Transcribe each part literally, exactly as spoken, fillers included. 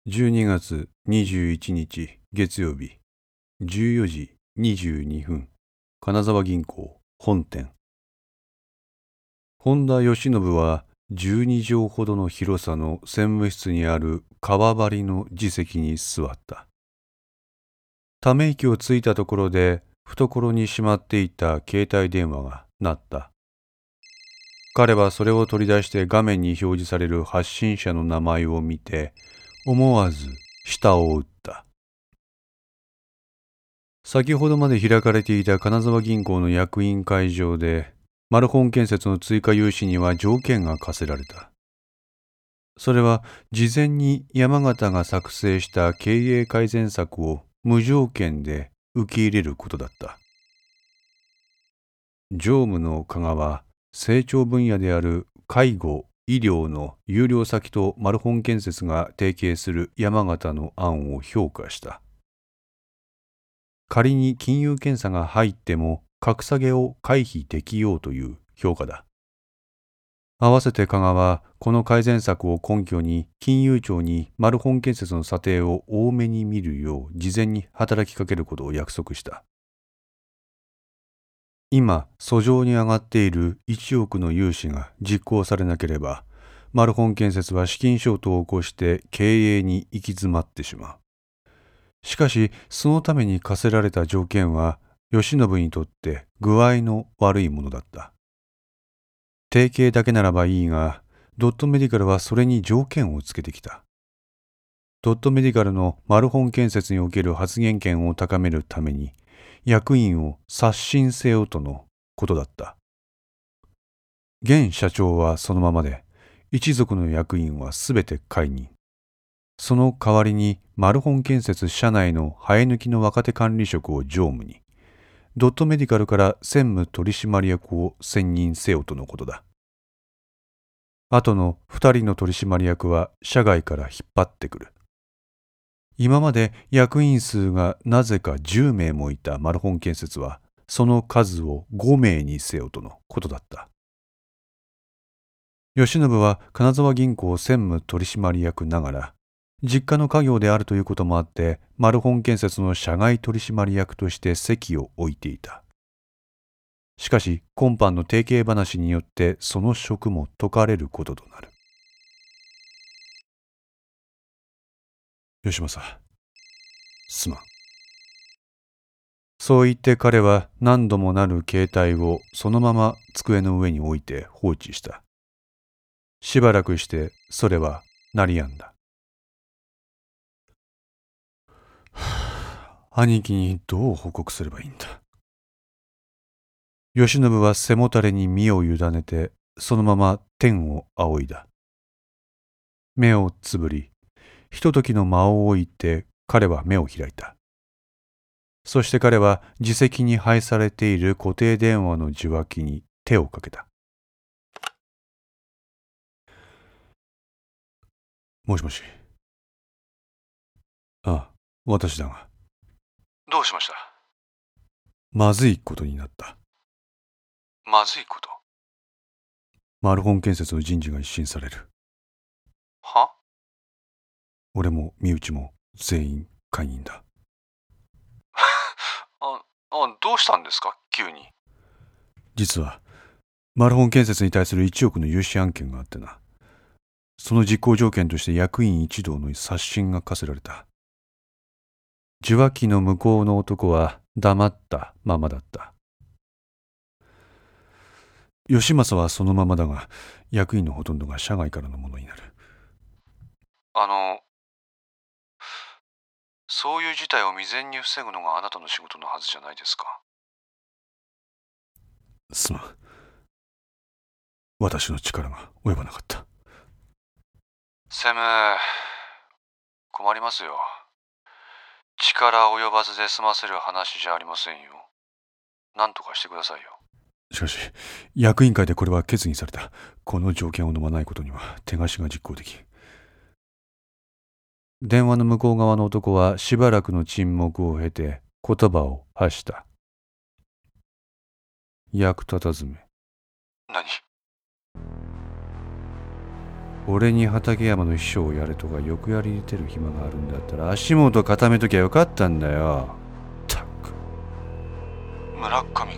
じゅうにがつにじゅういちにち月曜日じゅうよじにじゅうにふん、金沢銀行本店。本田義信はじゅうにじょうほどの広さの専務室にある革張りの自席に座った。ため息をついたところで懐にしまっていた携帯電話が鳴った。彼はそれを取り出して画面に表示される発信者の名前を見て思わず舌を打った。先ほどまで開かれていた金沢銀行の役員会場でマルホン建設の追加融資には条件が課せられた。それは事前に山形が作成した経営改善策を無条件で受け入れることだった。常務の加賀は成長分野である介護・医療の優良先とマルホン建設が提携する山形の案を評価した。仮に金融検査が入っても格下げを回避できようという評価だ。合わせて加賀はこの改善策を根拠に金融庁にマルホン建設の査定を多めに見るよう事前に働きかけることを約束した。今訴状に上がっているいちおくの融資が実行されなければマルホン建設は資金ショートを起こして経営に行き詰まってしまう。しかしそのために課せられた条件は義信にとって具合の悪いものだった。提携だけならばいいがドットメディカルはそれに条件をつけてきた。ドットメディカルのマルホン建設における発言権を高めるために役員を刷新せよとのことだった。現社長はそのままで一族の役員はすべて解任。その代わりにマルホン建設社内の生え抜きの若手管理職を常務にドットメディカルから専務取締役を選任せよとのことだ。あとの二人の取締役は社外から引っ張ってくる。今まで役員数がなぜかじゅうめいもいたマルホン建設はその数をごめいにせよとのことだった。義信は金沢銀行専務取締役ながら実家の家業であるということもあってマルホン建設の社外取締役として籍を置いていた。しかし今般の提携話によってその職も解かれることとなる。義正、すまん。そう言って彼は何度もなる携帯をそのまま机の上に置いて放置した。しばらくしてそれは鳴りやんだ。兄貴にどう報告すればいいんだ。義信は背もたれに身を委ねてそのまま天を仰いだ。目をつぶりひとときの間を置いて彼は目を開いた。そして彼は自席に配されている固定電話の受話器に手をかけた。もしもし。ああ、私だが。 どうしました？ まずいことになった。 まずいこと？ マルホン建設の人事が一新される。 は？ 俺も身内も全員解任だ。 あ、あ、どうしたんですか急に。 実はマルホン建設に対するいちおくの融資案件があってな。その実行条件として役員一同の刷新が課せられた。受話器の向こうの男は黙ったままだった。義正はそのままだが役員のほとんどが社外からのものになる。 あのそういう事態を未然に防ぐのがあなたの仕事のはずじゃないですか。 すまん。私の力が及ばなかった。 専務、困りますよ。力及ばずで済ませる話じゃありませんよ。なんとかしてくださいよ。 しかし役員会でこれは決議された。この条件を飲まないことには手貸しが実行できん。電話の向こう側の男はしばらくの沈黙を経て言葉を発した。役立たずめ。 何？ 俺に畠山の秘書をやれとか欲やり入れてる暇があるんだったら足元固めときゃよかったんだよ。たく。 村上君。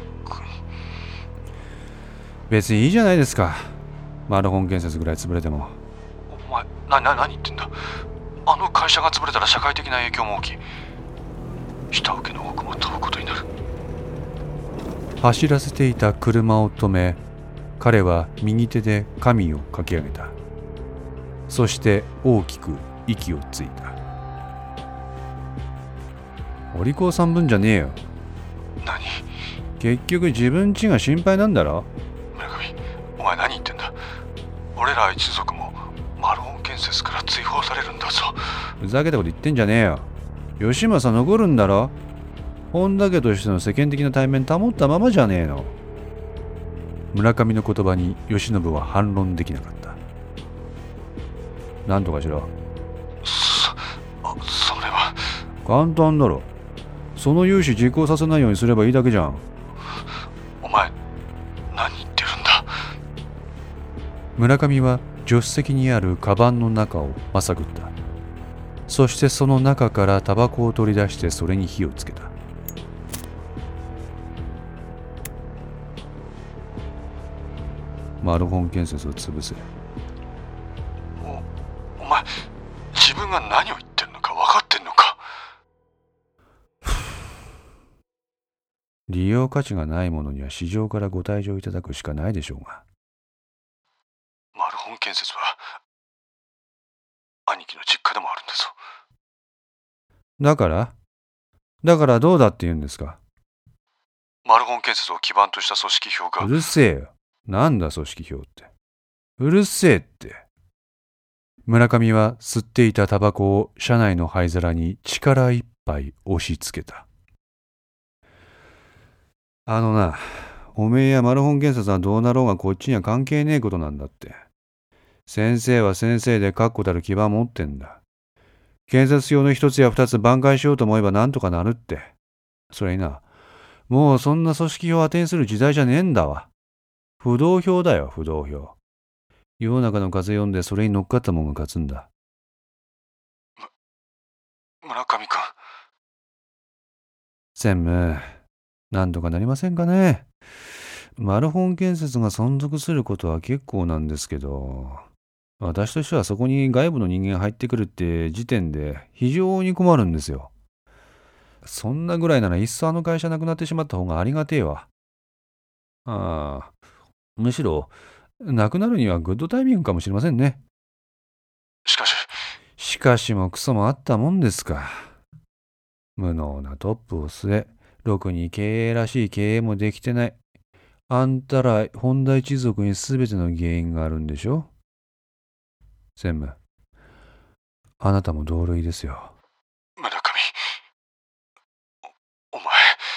別にいいじゃないですか。マルホン建設ぐらい潰れても。 お前、な、な、何言ってんだ。あの会社が潰れたら社会的な影響も大きい。下請けの多くも飛ぶことになる。 走らせていた車を止め、彼は右手で紙をかき上げた。そして大きく息をついた。お利口さん分じゃねえよ。 何？ 結局自分ちが心配なんだろ。 村上、お前何言ってんだ。俺ら一族もマルホン建設から追放されるんだぞ。 ふざけたこと言ってんじゃねえよ。義政残るんだろ。本田家としての世間的な体面保ったままじゃねえの。村上の言葉に慶喜は反論できなかった。なんとかしろ。 そ、あ、それは。 簡単だろ。その融資実行させないようにすればいいだけじゃん。 お前、何言ってるんだ。 村上は助手席にあるカバンの中をまさぐった。そしてその中からタバコを取り出してそれに火をつけた。マルホン建設を潰せ。 お、お前、自分が何を言ってるのか分かってんのか。 利用価値がないものには市場からご退場いただくしかないでしょうが。 マルホン建設は兄貴の実家でもあるんだぞ。 だからだからどうだって言うんですか。 マルホン建設を基盤とした組織票が。 うるせえよ。なんだ組織票って。うるせえって。村上は吸っていたタバコを車内の灰皿に力いっぱい押し付けた。あのな、おめえやマルホン建設はどうなろうがこっちには関係ねえことなんだって。先生は先生で確固たる基盤持ってんだ。建設用の一つや二つ挽回しようと思えばなんとかなるって。それにな、もうそんな組織票を当てにする時代じゃねえんだわ。不動票だよ、不動票。世の中の風読んでそれに乗っかったもんが勝つんだ。 む、村上君。 専務、なんとかなりませんかね。マルホン建設が存続することは結構なんですけど、私としてはそこに外部の人間が入ってくるって時点で非常に困るんですよ。そんなぐらいならいっそあの会社なくなってしまった方がありがてえわ。ああ、むしろなくなるにはグッドタイミングかもしれませんね。 しかししかしもクソもあったもんですか。無能なトップを据え、ろくに経営らしい経営もできてない。あんたら本田一族に全ての原因があるんでしょ。専務、あなたも同類ですよ。 村上、お、お前。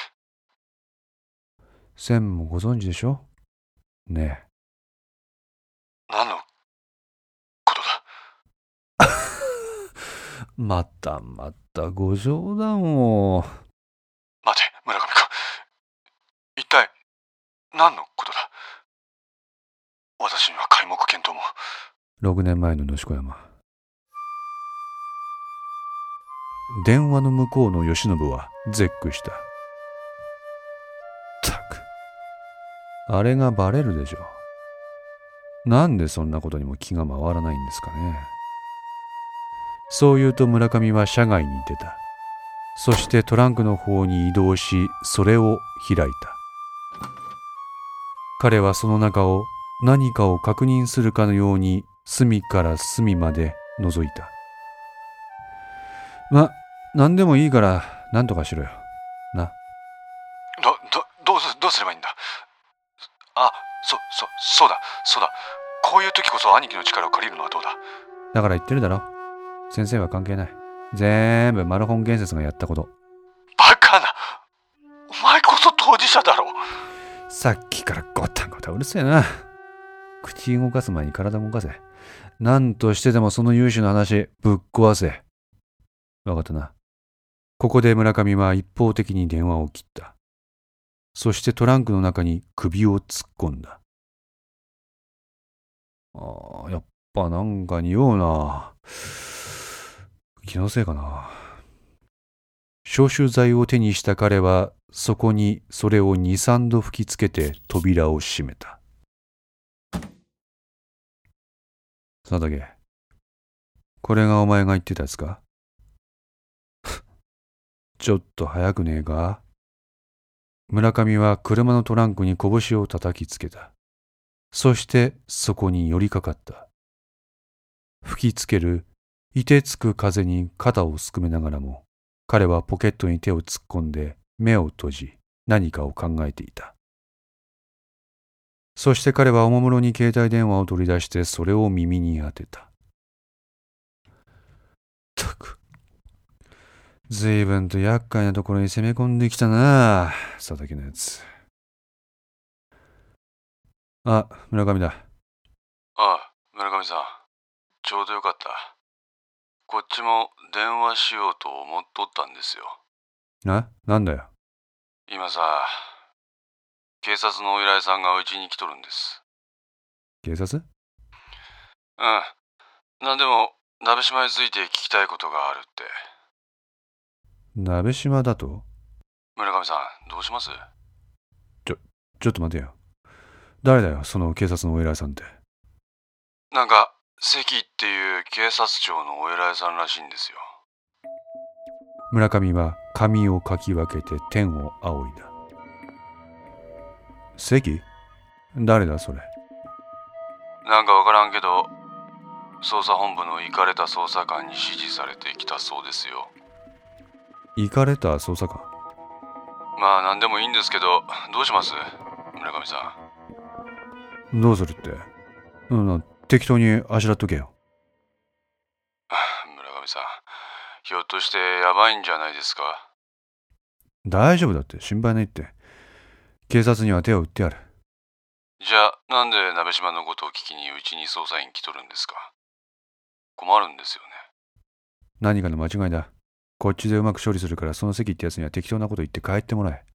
専務もご存知でしょねえ。 何のことだ。 またまたご冗談を。 待て、村上君。一体何のことだ。私には皆目見当も。 ろくねんまえの野子山。電話の向こうの慶喜は絶句した。ったく、あれがバレるでしょ。なんでそんなことにも気が回らないんですかね。そう言うと村上は車外に出た。そしてトランクの方に移動し、それを開いた。彼はその中を何かを確認するかのように隅から隅まで覗いた。ま、何でもいいから何とかしろよ。な。 ど、ど、どうす、どうすればいいんだ。あ、そ、そ、そうだ、そうだ。こういう時こそ兄貴の力を借りるのはどうだ。 だから言ってるだろ。先生は関係ない。全部マルホン建設がやったこと。 バカな。お前こそ当事者だろ。 さっきからごたごたうるせえな。口動かす前に体動かせ。何としてでもその融資の話ぶっ壊せ。わかったな。ここで村上は一方的に電話を切った。そしてトランクの中に首を突っ込んだ。ああ、やっぱなんか匂うな。気のせいかな。消臭剤を手にした彼はそこにそれをに、さんど吹きつけて扉を閉めた。佐竹、これがお前が言ってたやつか？ちょっと早くねえか？村上は車のトランクに拳を叩きつけた。そしてそこに寄りかかった。吹きつける凍てつく風に肩をすくめながらも、彼はポケットに手を突っ込んで目を閉じ何かを考えていた。そして彼はおもむろに携帯電話を取り出してそれを耳に当てた。ったく、ずいぶんと厄介なところに攻め込んできたな、佐竹のやつ。あ、村上だ。 ああ、村上さん、ちょうどよかった。こっちも電話しようと思っとったんですよ。 な、なんだよ。 今さ、警察のお依頼さんがうちに来とるんです。 警察？ うん。なんでも、鍋島について聞きたいことがあるって。 鍋島だと？ 村上さん、どうします？ ちょ、ちょっと待てよ。誰だよ、その警察のお偉いさんって。 なんか、関っていう警察庁のお偉いさんらしいんですよ。 村上は髪をかき分けて天を仰いだ。関？誰だそれ？ なんかわからんけど、捜査本部のイカれた捜査官に指示されてきたそうですよ。 イカれた捜査官？ まあ何でもいいんですけど、どうします？村上さん。どうするって？うん、適当にあしらっとけよ。 村上さん、ひょっとしてやばいんじゃないですか？ 大丈夫だって、心配ないって。警察には手を打ってやる。 じゃあなんで鍋島のことを聞きにうちに捜査員来とるんですか？困るんですよね。 何かの間違いだ。こっちでうまく処理するから、その関ってやつには適当なこと言って帰ってもらえ。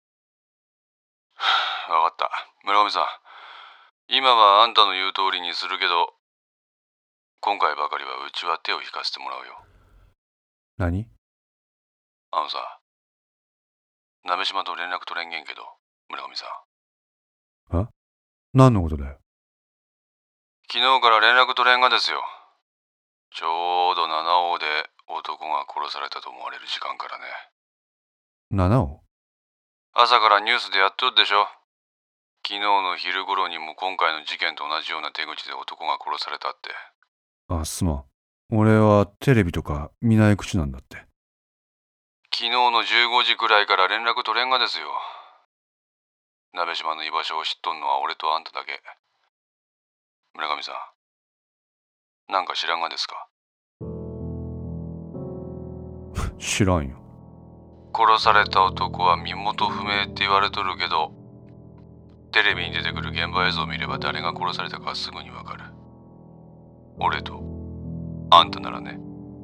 わかった。村上さん、今はあんたの言う通りにするけど、今回ばかりはうちは手を引かせてもらうよ。 何？ あのさ、鍋島と連絡取れんげんけど、村上さん。 あ？何のことだよ。 昨日から連絡取れんがですよ。ちょうど七尾で男が殺されたと思われる時間からね。 七尾？ 朝からニュースでやっとるでしょ。昨日の昼頃にも今回の事件と同じような手口で男が殺されたって。 あ、すまん。俺はテレビとか見ない口なんだって。 昨日のじゅうごじくらいから連絡取れんがですよ。鍋島の居場所を知っとんのは俺とあんただけ。村上さん、なんか知らんがですか？ 知らんよ。 殺された男は身元不明って言われとるけど、テレビに出てくる現場映像を見れば誰が殺されたかすぐにわかる。俺とあんたならね。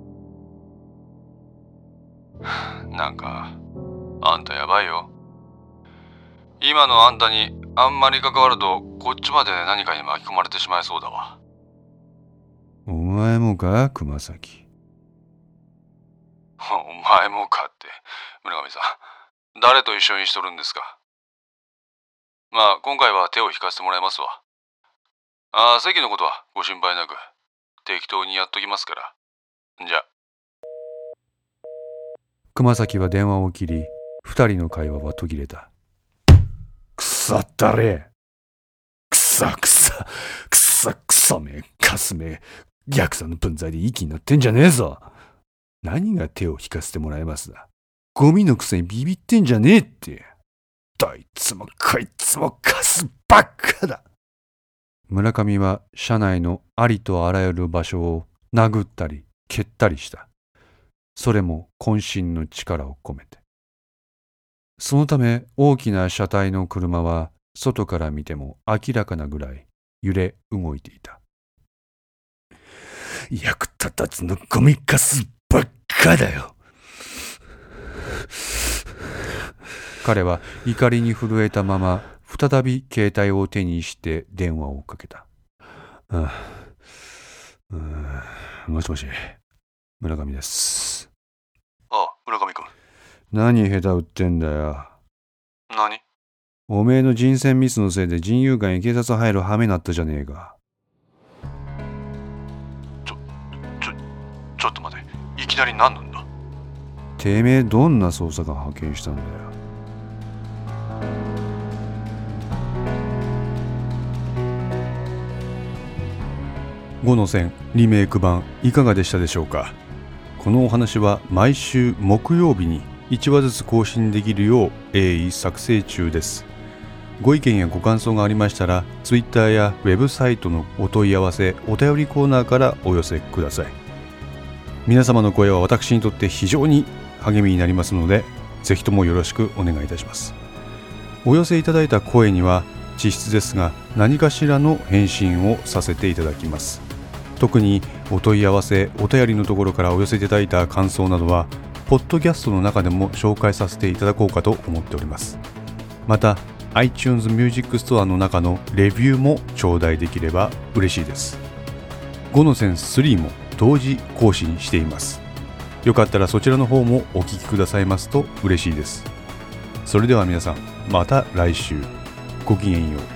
なんかあんたやばいよ。今のあんたにあんまり関わるとこっちまで何かに巻き込まれてしまいそうだわ。 お前もか、熊崎。 お前もかって、村上さん、誰と一緒にしとるんですか？まあ今回は手を引かせてもらいますわ。ああ、席のことはご心配なく適当にやっときますから。じゃあ。 熊崎は電話を切り、二人の会話は途切れた。くさったれ。くさくさ、くさくさめ、かすめ、ヤクザの分際で息になってんじゃねえぞ。何が手を引かせてもらえますだ。ゴミのくせにビビってんじゃねえって。どいつもこいつもカスばっかだ。村上は車内のありとあらゆる場所を殴ったり蹴ったりした。それも渾身の力を込めて。そのため大きな車体の車は外から見ても明らかなぐらい揺れ動いていた。役立たずのゴミカスばっかだよ。彼は怒りに震えたまま再び携帯を手にして電話をかけた。ああ、 うーん、もしもし、村上です。 あ、村上くん。 何下手打ってんだよ。 何？ おめえの人選ミスのせいで人友会に警察入る羽目になったじゃねえか。 ちょ、ちょ、ちょっと待て。いきなり何なんだ？ てめえどんな捜査官派遣したんだよ。ごの線リメイク版いかがでしたでしょうか。このお話は毎週木曜日にいちわずつ更新できるよう鋭意作成中です。ご意見やご感想がありましたら Twitter やウェブサイトのお問い合わせお便りコーナーからお寄せください。皆様の声は私にとって非常に励みになりますので、ぜひともよろしくお願いいたします。お寄せいただいた声には実質ですが何かしらの返信をさせていただきます。特にお問い合わせお便りのところからお寄せいただいた感想などはポッドキャストの中でも紹介させていただこうかと思っております。また iTunes Music Store の中のレビューも頂戴できれば嬉しいです。ごの線スリーも同時更新しています。よかったらそちらの方もお聞きくださいますと嬉しいです。それでは皆さん、また来週。ごきげんよう。